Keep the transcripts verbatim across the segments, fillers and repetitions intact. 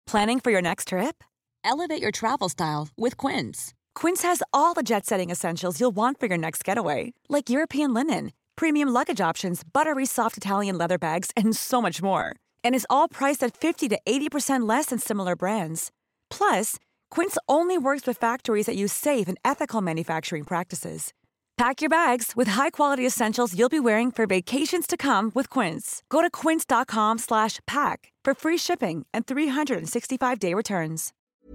Planning for your next trip? Elevate your travel style with Quince. Quince has all the jet-setting essentials you'll want for your next getaway, like European linen, premium luggage options, buttery soft Italian leather bags, and so much more. And is all priced at fifty to eighty percent less than similar brands. Plus, Quince only works with factories that use safe and ethical manufacturing practices. Pack your bags with high-quality essentials you'll be wearing for vacations to come with Quince. Go to quince.com slash pack for free shipping and three sixty-five day returns.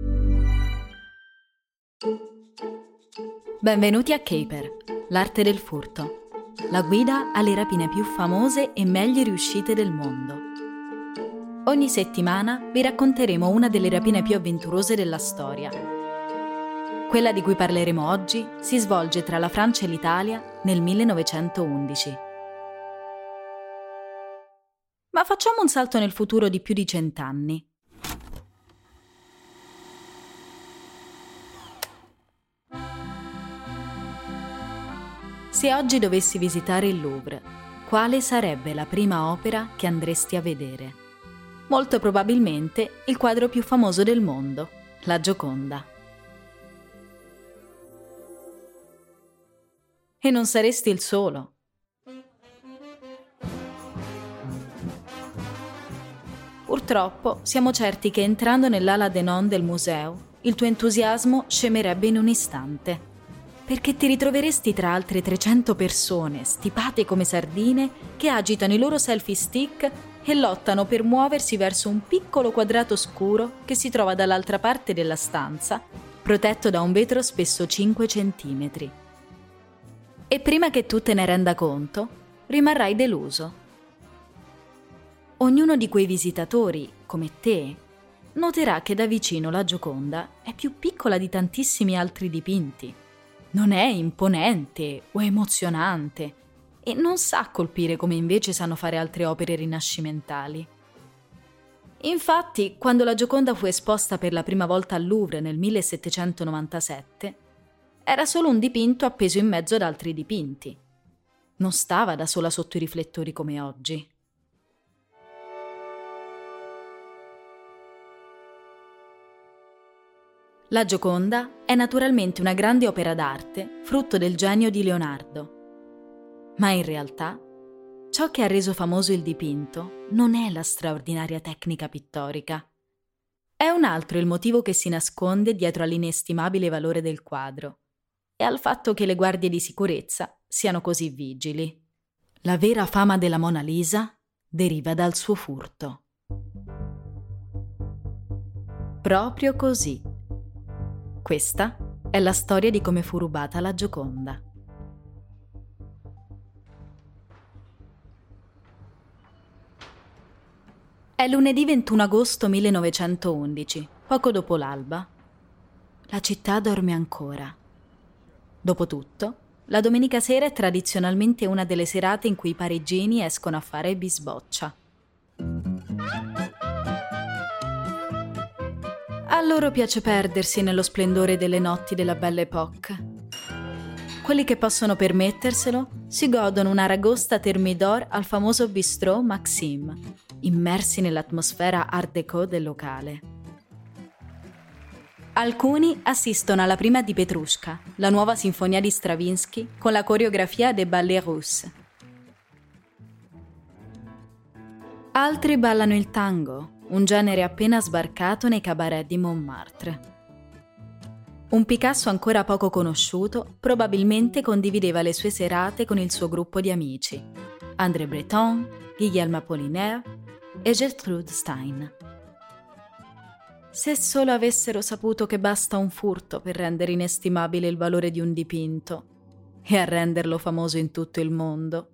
Benvenuti a Caper, l'arte del furto. La guida alle rapine più famose e meglio riuscite del mondo. Ogni settimana vi racconteremo una delle rapine più avventurose della storia. Quella di cui parleremo oggi si svolge tra la Francia e l'Italia nel millenovecentoundici. Ma facciamo un salto nel futuro di più di cent'anni. Se oggi dovessi visitare il Louvre, quale sarebbe la prima opera che andresti a vedere? Molto probabilmente il quadro più famoso del mondo, la Gioconda. E non saresti il solo. Purtroppo siamo certi che entrando nell'ala Denon del museo, il tuo entusiasmo scemerebbe in un istante, perché ti ritroveresti tra altre trecento persone stipate come sardine che agitano i loro selfie stick e lottano per muoversi verso un piccolo quadrato scuro che si trova dall'altra parte della stanza, protetto da un vetro spesso cinque centimetri. E prima che tu te ne renda conto, rimarrai deluso. Ognuno di quei visitatori, come te, noterà che da vicino la Gioconda è più piccola di tantissimi altri dipinti. Non è imponente o emozionante e non sa colpire come invece sanno fare altre opere rinascimentali. Infatti, quando la Gioconda fu esposta per la prima volta al Louvre nel millesettecentonovantasette, era solo un dipinto appeso in mezzo ad altri dipinti. Non stava da sola sotto i riflettori come oggi. La Gioconda è naturalmente una grande opera d'arte, frutto del genio di Leonardo. Ma in realtà, ciò che ha reso famoso il dipinto non è la straordinaria tecnica pittorica. È un altro il motivo che si nasconde dietro all'inestimabile valore del quadro e al fatto che le guardie di sicurezza siano così vigili. La vera fama della Mona Lisa deriva dal suo furto. Proprio così. Questa è la storia di come fu rubata la Gioconda. È lunedì ventuno agosto millenovecentoundici, poco dopo l'alba. La città dorme ancora. Dopotutto, la domenica sera è tradizionalmente una delle serate in cui i parigini escono a fare bisboccia. A loro piace perdersi nello splendore delle notti della Belle Époque. Quelli che possono permetterselo si godono una ragosta thermidor al famoso bistrot Maxime, immersi nell'atmosfera art déco del locale. Alcuni assistono alla prima di Petrushka, la nuova sinfonia di Stravinsky con la coreografia des Ballets Russes. Altri ballano il tango, un genere appena sbarcato nei cabaret di Montmartre. Un Picasso ancora poco conosciuto probabilmente condivideva le sue serate con il suo gruppo di amici, André Breton, Guillaume Apollinaire e Gertrude Stein. Se solo avessero saputo che basta un furto per rendere inestimabile il valore di un dipinto e a renderlo famoso in tutto il mondo.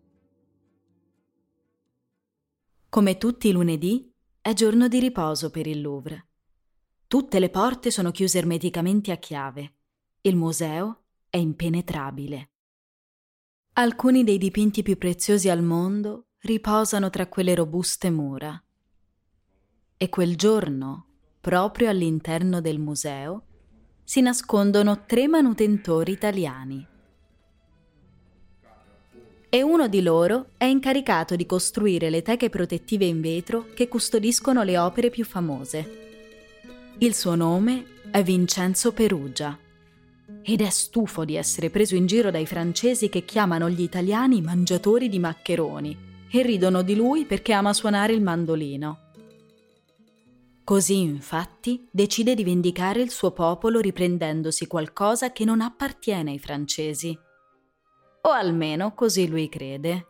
Come tutti i lunedì, è giorno di riposo per il Louvre. Tutte le porte sono chiuse ermeticamente a chiave. Il museo è impenetrabile. Alcuni dei dipinti più preziosi al mondo riposano tra quelle robuste mura. E quel giorno, proprio all'interno del museo, si nascondono tre manutentori italiani. e uno di loro è incaricato di costruire le teche protettive in vetro che custodiscono le opere più famose. Il suo nome è Vincenzo Perugia ed è stufo di essere preso in giro dai francesi che chiamano gli italiani mangiatori di maccheroni e ridono di lui perché ama suonare il mandolino. Così, infatti, decide di vendicare il suo popolo riprendendosi qualcosa che non appartiene ai francesi. O almeno così lui crede.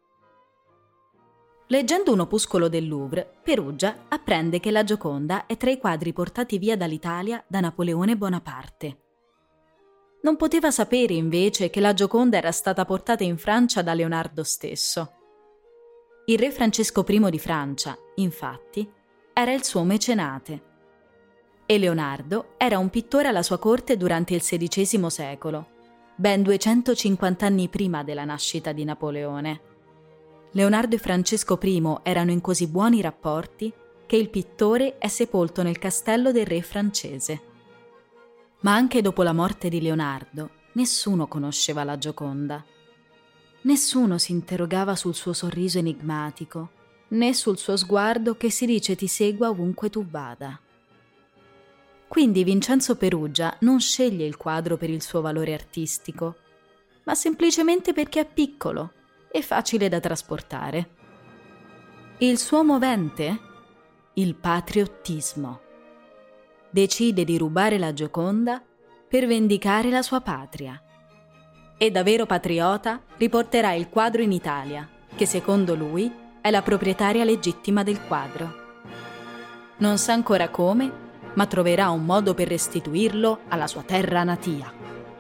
Leggendo un opuscolo del Louvre, Perugia apprende che la Gioconda è tra i quadri portati via dall'Italia da Napoleone Bonaparte. Non poteva sapere, invece, che la Gioconda era stata portata in Francia da Leonardo stesso. Il re Francesco primo di Francia, infatti, era il suo mecenate. E Leonardo era un pittore alla sua corte durante il sedicesimo secolo, ben duecentocinquanta anni prima della nascita di Napoleone. Leonardo e Francesco primo erano in così buoni rapporti che il pittore è sepolto nel castello del re francese. Ma anche dopo la morte di Leonardo, nessuno conosceva la Gioconda. Nessuno si interrogava sul suo sorriso enigmatico, né sul suo sguardo che si dice ti segua ovunque tu vada. Quindi Vincenzo Perugia non sceglie il quadro per il suo valore artistico, ma semplicemente perché è piccolo e facile da trasportare. Il suo movente? Il patriottismo. Decide di rubare la Gioconda per vendicare la sua patria. E da vero patriota riporterà il quadro in Italia, che secondo lui è la proprietaria legittima del quadro. Non sa ancora come, ma troverà un modo per restituirlo alla sua terra natia.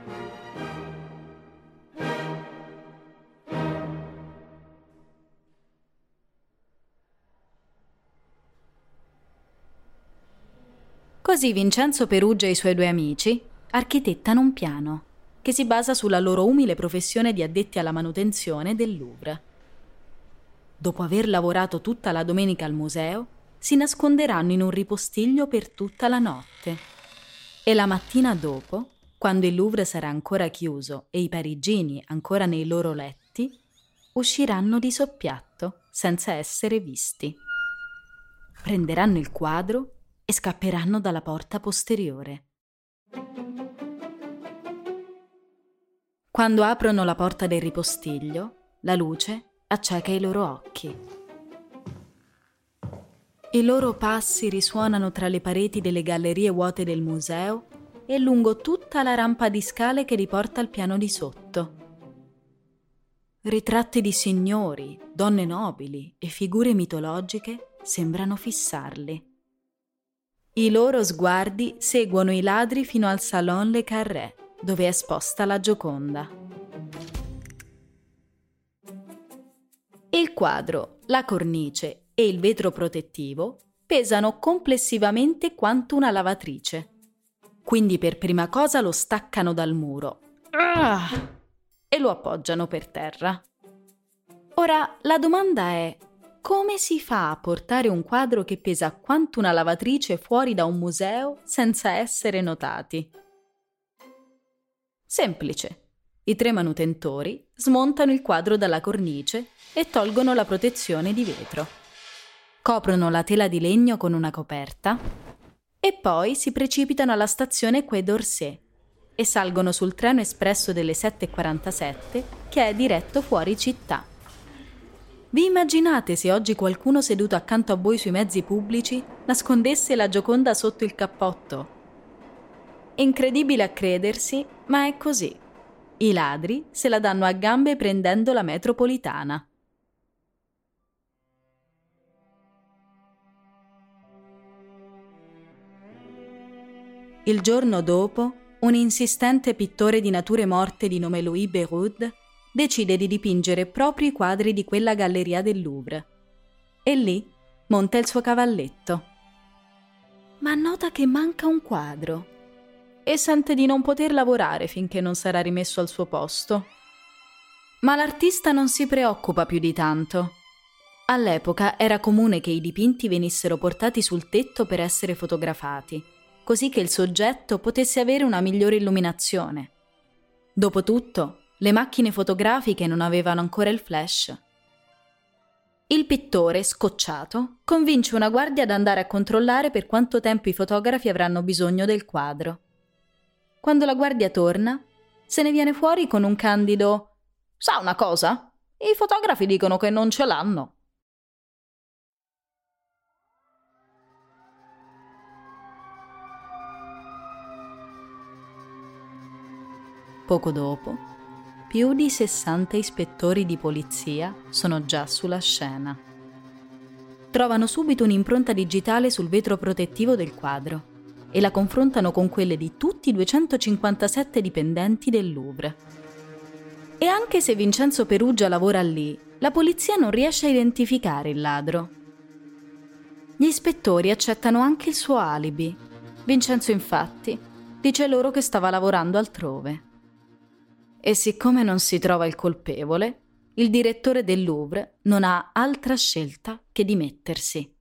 Così Vincenzo Perugia e i suoi due amici architettano un piano che si basa sulla loro umile professione di addetti alla manutenzione del Louvre. Dopo aver lavorato tutta la domenica al museo, si nasconderanno in un ripostiglio per tutta la notte. E la mattina dopo, quando il Louvre sarà ancora chiuso e i parigini ancora nei loro letti, usciranno di soppiatto senza essere visti. Prenderanno il quadro e scapperanno dalla porta posteriore. Quando aprono la porta del ripostiglio, la luce acceca i loro occhi. I loro passi risuonano tra le pareti delle gallerie vuote del museo e lungo tutta la rampa di scale che li porta al piano di sotto. Ritratti di signori, donne nobili e figure mitologiche sembrano fissarli. I loro sguardi seguono i ladri fino al Salon Le Carré, dove è esposta la Gioconda. Il quadro, la cornice e il vetro protettivo pesano complessivamente quanto una lavatrice. Quindi per prima cosa lo staccano dal muro ah, e lo appoggiano per terra. Ora, la domanda è: come si fa a portare un quadro che pesa quanto una lavatrice fuori da un museo senza essere notati? Semplice. I tre manutentori smontano il quadro dalla cornice e tolgono la protezione di vetro. Coprono la tela di legno con una coperta e poi si precipitano alla stazione Quai d'Orsay e salgono sul treno espresso delle sette e quarantasette che è diretto fuori città. Vi immaginate se oggi qualcuno seduto accanto a voi sui mezzi pubblici nascondesse la Gioconda sotto il cappotto? Incredibile a credersi, ma è così. I ladri se la danno a gambe prendendo la metropolitana. Il giorno dopo, un insistente pittore di nature morte di nome Louis Béroud decide di dipingere proprio i quadri di quella galleria del Louvre. E lì monta il suo cavalletto. Ma nota che manca un quadro e sente di non poter lavorare finché non sarà rimesso al suo posto. Ma l'artista non si preoccupa più di tanto. All'epoca era comune che i dipinti venissero portati sul tetto per essere fotografati, così che il soggetto potesse avere una migliore illuminazione. Dopotutto, Le macchine fotografiche non avevano ancora il flash. Il pittore, scocciato, convince una guardia ad andare a controllare per quanto tempo i fotografi avranno bisogno del quadro. Quando la guardia torna, se ne viene fuori con un candido «Sa una cosa? I fotografi dicono che non ce l'hanno». Poco dopo, più di sessanta ispettori di polizia sono già sulla scena. Trovano subito un'impronta digitale sul vetro protettivo del quadro e la confrontano con quelle di tutti i duecentocinquantasette dipendenti del Louvre. E anche se Vincenzo Peruggia lavora lì, la polizia non riesce a identificare il ladro. Gli ispettori accettano anche il suo alibi. Vincenzo, infatti, dice loro che stava lavorando altrove. E siccome non si trova il colpevole, il direttore del Louvre non ha altra scelta che dimettersi.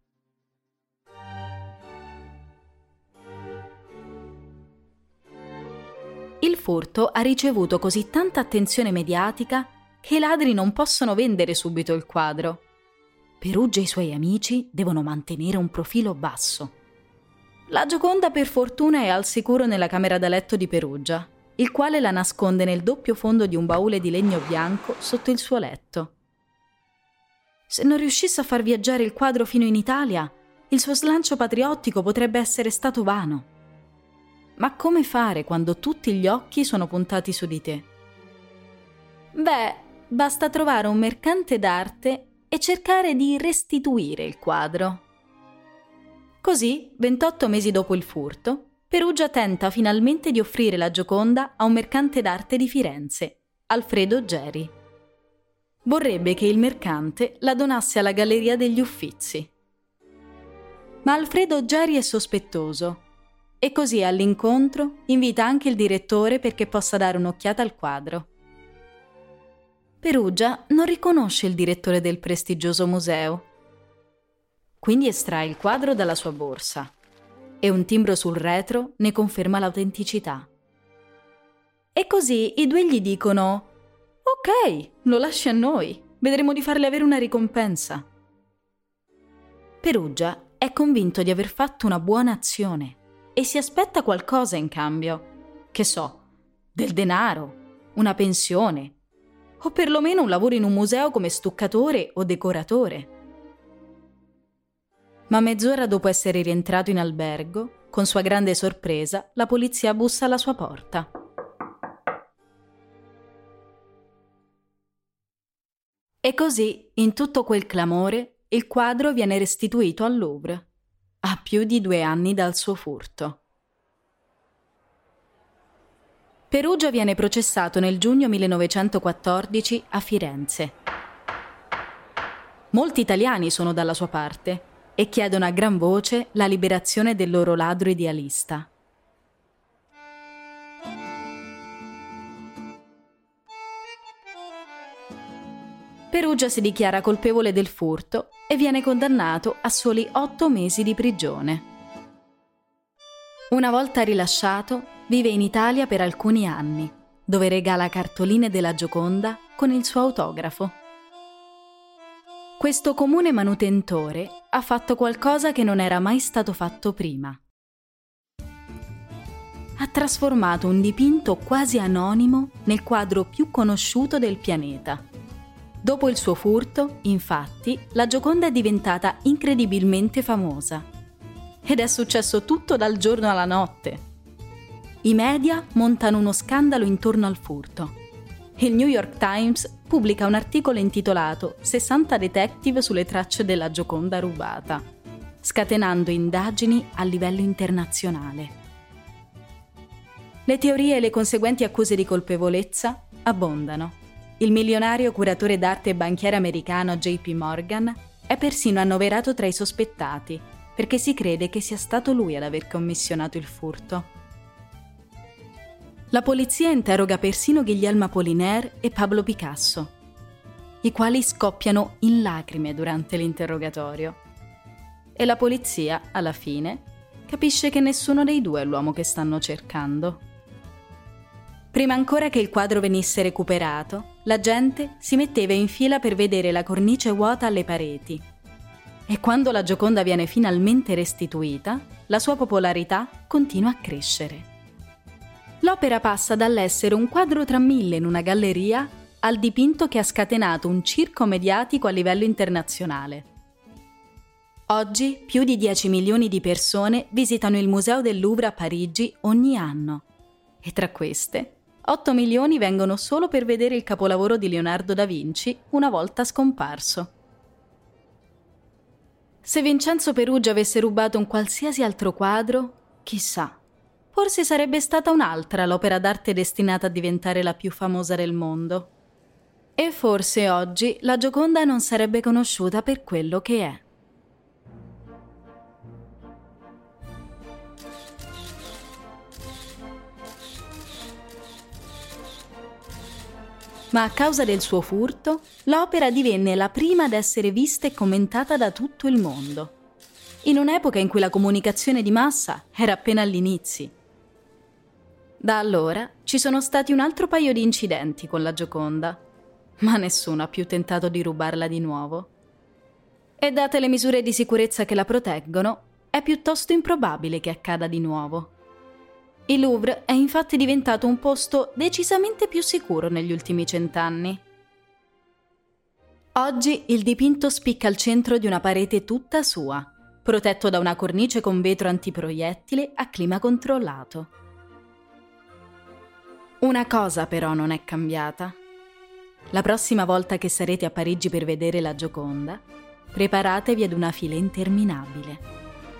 Il furto ha ricevuto così tanta attenzione mediatica che i ladri non possono vendere subito il quadro. Peruggia e i suoi amici devono mantenere un profilo basso. La Gioconda per fortuna è al sicuro nella camera da letto di Peruggia, il quale la nasconde nel doppio fondo di un baule di legno bianco sotto il suo letto. Se non riuscisse a far viaggiare il quadro fino in Italia, il suo slancio patriottico potrebbe essere stato vano. Ma come fare quando tutti gli occhi sono puntati su di te? Beh, basta trovare un mercante d'arte e cercare di restituire il quadro. Così, ventotto mesi dopo il furto, Peruggia tenta finalmente di offrire la Gioconda a un mercante d'arte di Firenze, Alfredo Geri. Vorrebbe che il mercante la donasse alla Galleria degli Uffizi. Ma Alfredo Geri è sospettoso e così all'incontro invita anche il direttore perché possa dare un'occhiata al quadro. Peruggia non riconosce il direttore del prestigioso museo. Quindi estrae il quadro dalla sua borsa e un timbro sul retro ne conferma l'autenticità. E così i due gli dicono «Ok, lo lasci a noi, vedremo di farle avere una ricompensa». Peruggia è convinto di aver fatto una buona azione e si aspetta qualcosa in cambio. Che so, del denaro, una pensione, o perlomeno un lavoro in un museo come stuccatore o decoratore. Ma mezz'ora dopo essere rientrato in albergo, con sua grande sorpresa, la polizia bussa alla sua porta. E così, in tutto quel clamore, il quadro viene restituito al Louvre, a più di due anni dal suo furto. Peruggia viene processato nel giugno millenovecentoquattordici a Firenze. Molti italiani sono dalla sua parte e chiedono a gran voce la liberazione del loro ladro idealista. Peruggia si dichiara colpevole del furto e viene condannato a soli otto mesi di prigione. Una volta rilasciato, vive in Italia per alcuni anni, dove regala cartoline della Gioconda con il suo autografo. Questo comune manutentore ha fatto qualcosa che non era mai stato fatto prima. Ha trasformato un dipinto quasi anonimo nel quadro più conosciuto del pianeta. Dopo il suo furto, infatti, la Gioconda è diventata incredibilmente famosa. Ed è successo tutto dal giorno alla notte. I media montano uno scandalo intorno al furto. Il New York Times pubblica un articolo intitolato sessanta detective sulle tracce della Gioconda rubata, scatenando indagini a livello internazionale. Le teorie e le conseguenti accuse di colpevolezza abbondano. Il milionario curatore d'arte e banchiere americano J P Morgan è persino annoverato tra i sospettati, perché si crede che sia stato lui ad aver commissionato il furto. La polizia interroga persino Guillermo Apollinaire e Pablo Picasso, i quali scoppiano in lacrime durante l'interrogatorio. E la polizia, alla fine, capisce che nessuno dei due è l'uomo che stanno cercando. Prima ancora che il quadro venisse recuperato, la gente si metteva in fila per vedere la cornice vuota alle pareti. E quando la Gioconda viene finalmente restituita, la sua popolarità continua a crescere. L'opera passa dall'essere un quadro tra mille in una galleria al dipinto che ha scatenato un circo mediatico a livello internazionale. Oggi più di dieci milioni di persone visitano il Museo del Louvre a Parigi ogni anno e tra queste otto milioni vengono solo per vedere il capolavoro di Leonardo da Vinci una volta scomparso. Se Vincenzo Peruggia avesse rubato un qualsiasi altro quadro, chissà, forse sarebbe stata un'altra l'opera d'arte destinata a diventare la più famosa del mondo. E forse oggi la Gioconda non sarebbe conosciuta per quello che è. Ma a causa del suo furto, l'opera divenne la prima ad essere vista e commentata da tutto il mondo, in un'epoca in cui la comunicazione di massa era appena agli inizi. Da allora ci sono stati un altro paio di incidenti con la Gioconda, ma nessuno ha più tentato di rubarla di nuovo. E date le misure di sicurezza che la proteggono, è piuttosto improbabile che accada di nuovo. Il Louvre è infatti diventato un posto decisamente più sicuro negli ultimi cent'anni. Oggi il dipinto spicca al centro di una parete tutta sua, protetto da una cornice con vetro antiproiettile a clima controllato. Una cosa però non è cambiata. La prossima volta che sarete a Parigi per vedere la Gioconda, preparatevi ad una fila interminabile.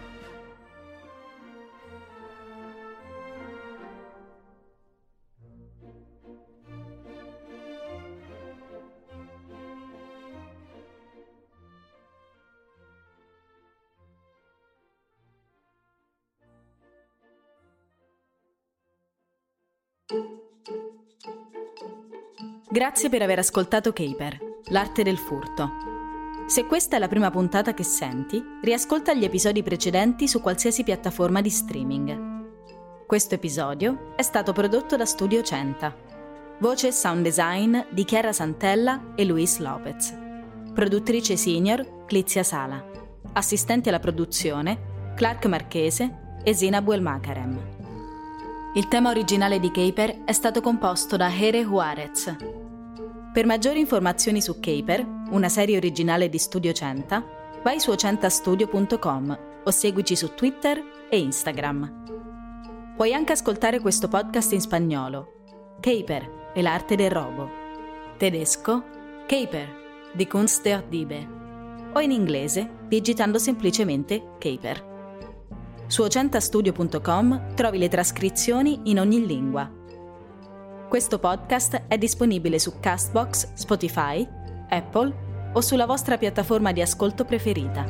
Grazie per aver ascoltato Caper, l'arte del furto. Se questa è la prima puntata che senti, riascolta gli episodi precedenti su qualsiasi piattaforma di streaming. Questo episodio è stato prodotto da Studio Centa. Voce e sound design di Chiara Santella e Luis Lopez. Produttrice senior Clizia Sala. Assistenti alla produzione Clark Marchese e Zina Buelmakarem. Il tema originale di Caper è stato composto da Jere Juarez. Per maggiori informazioni su Caper, una serie originale di Studio Centa, vai su centastudio punto com o seguici su Twitter e Instagram. Puoi anche ascoltare questo podcast in spagnolo, Caper e l'arte del robo, tedesco, Caper, die Kunst der Diebe, o in inglese digitando semplicemente Caper. Su centastudio punto com trovi le trascrizioni in ogni lingua. Questo podcast è disponibile su Castbox, Spotify, Apple o sulla vostra piattaforma di ascolto preferita.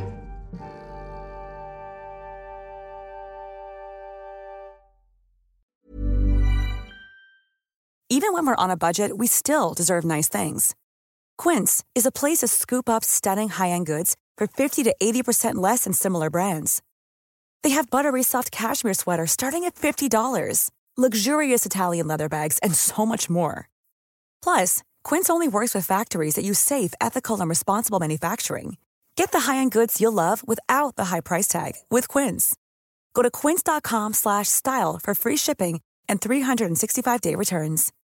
Even when we're on a budget, we still deserve nice things. Quince is a place to scoop up stunning high-end goods for fifty to eighty percent less than similar brands. They have buttery soft cashmere sweaters starting at fifty dollars, luxurious Italian leather bags, and so much more. Plus, Quince only works with factories that use safe, ethical, and responsible manufacturing. Get the high-end goods you'll love without the high price tag with Quince. Go to quince dot com slash style for free shipping and three sixty-five day returns.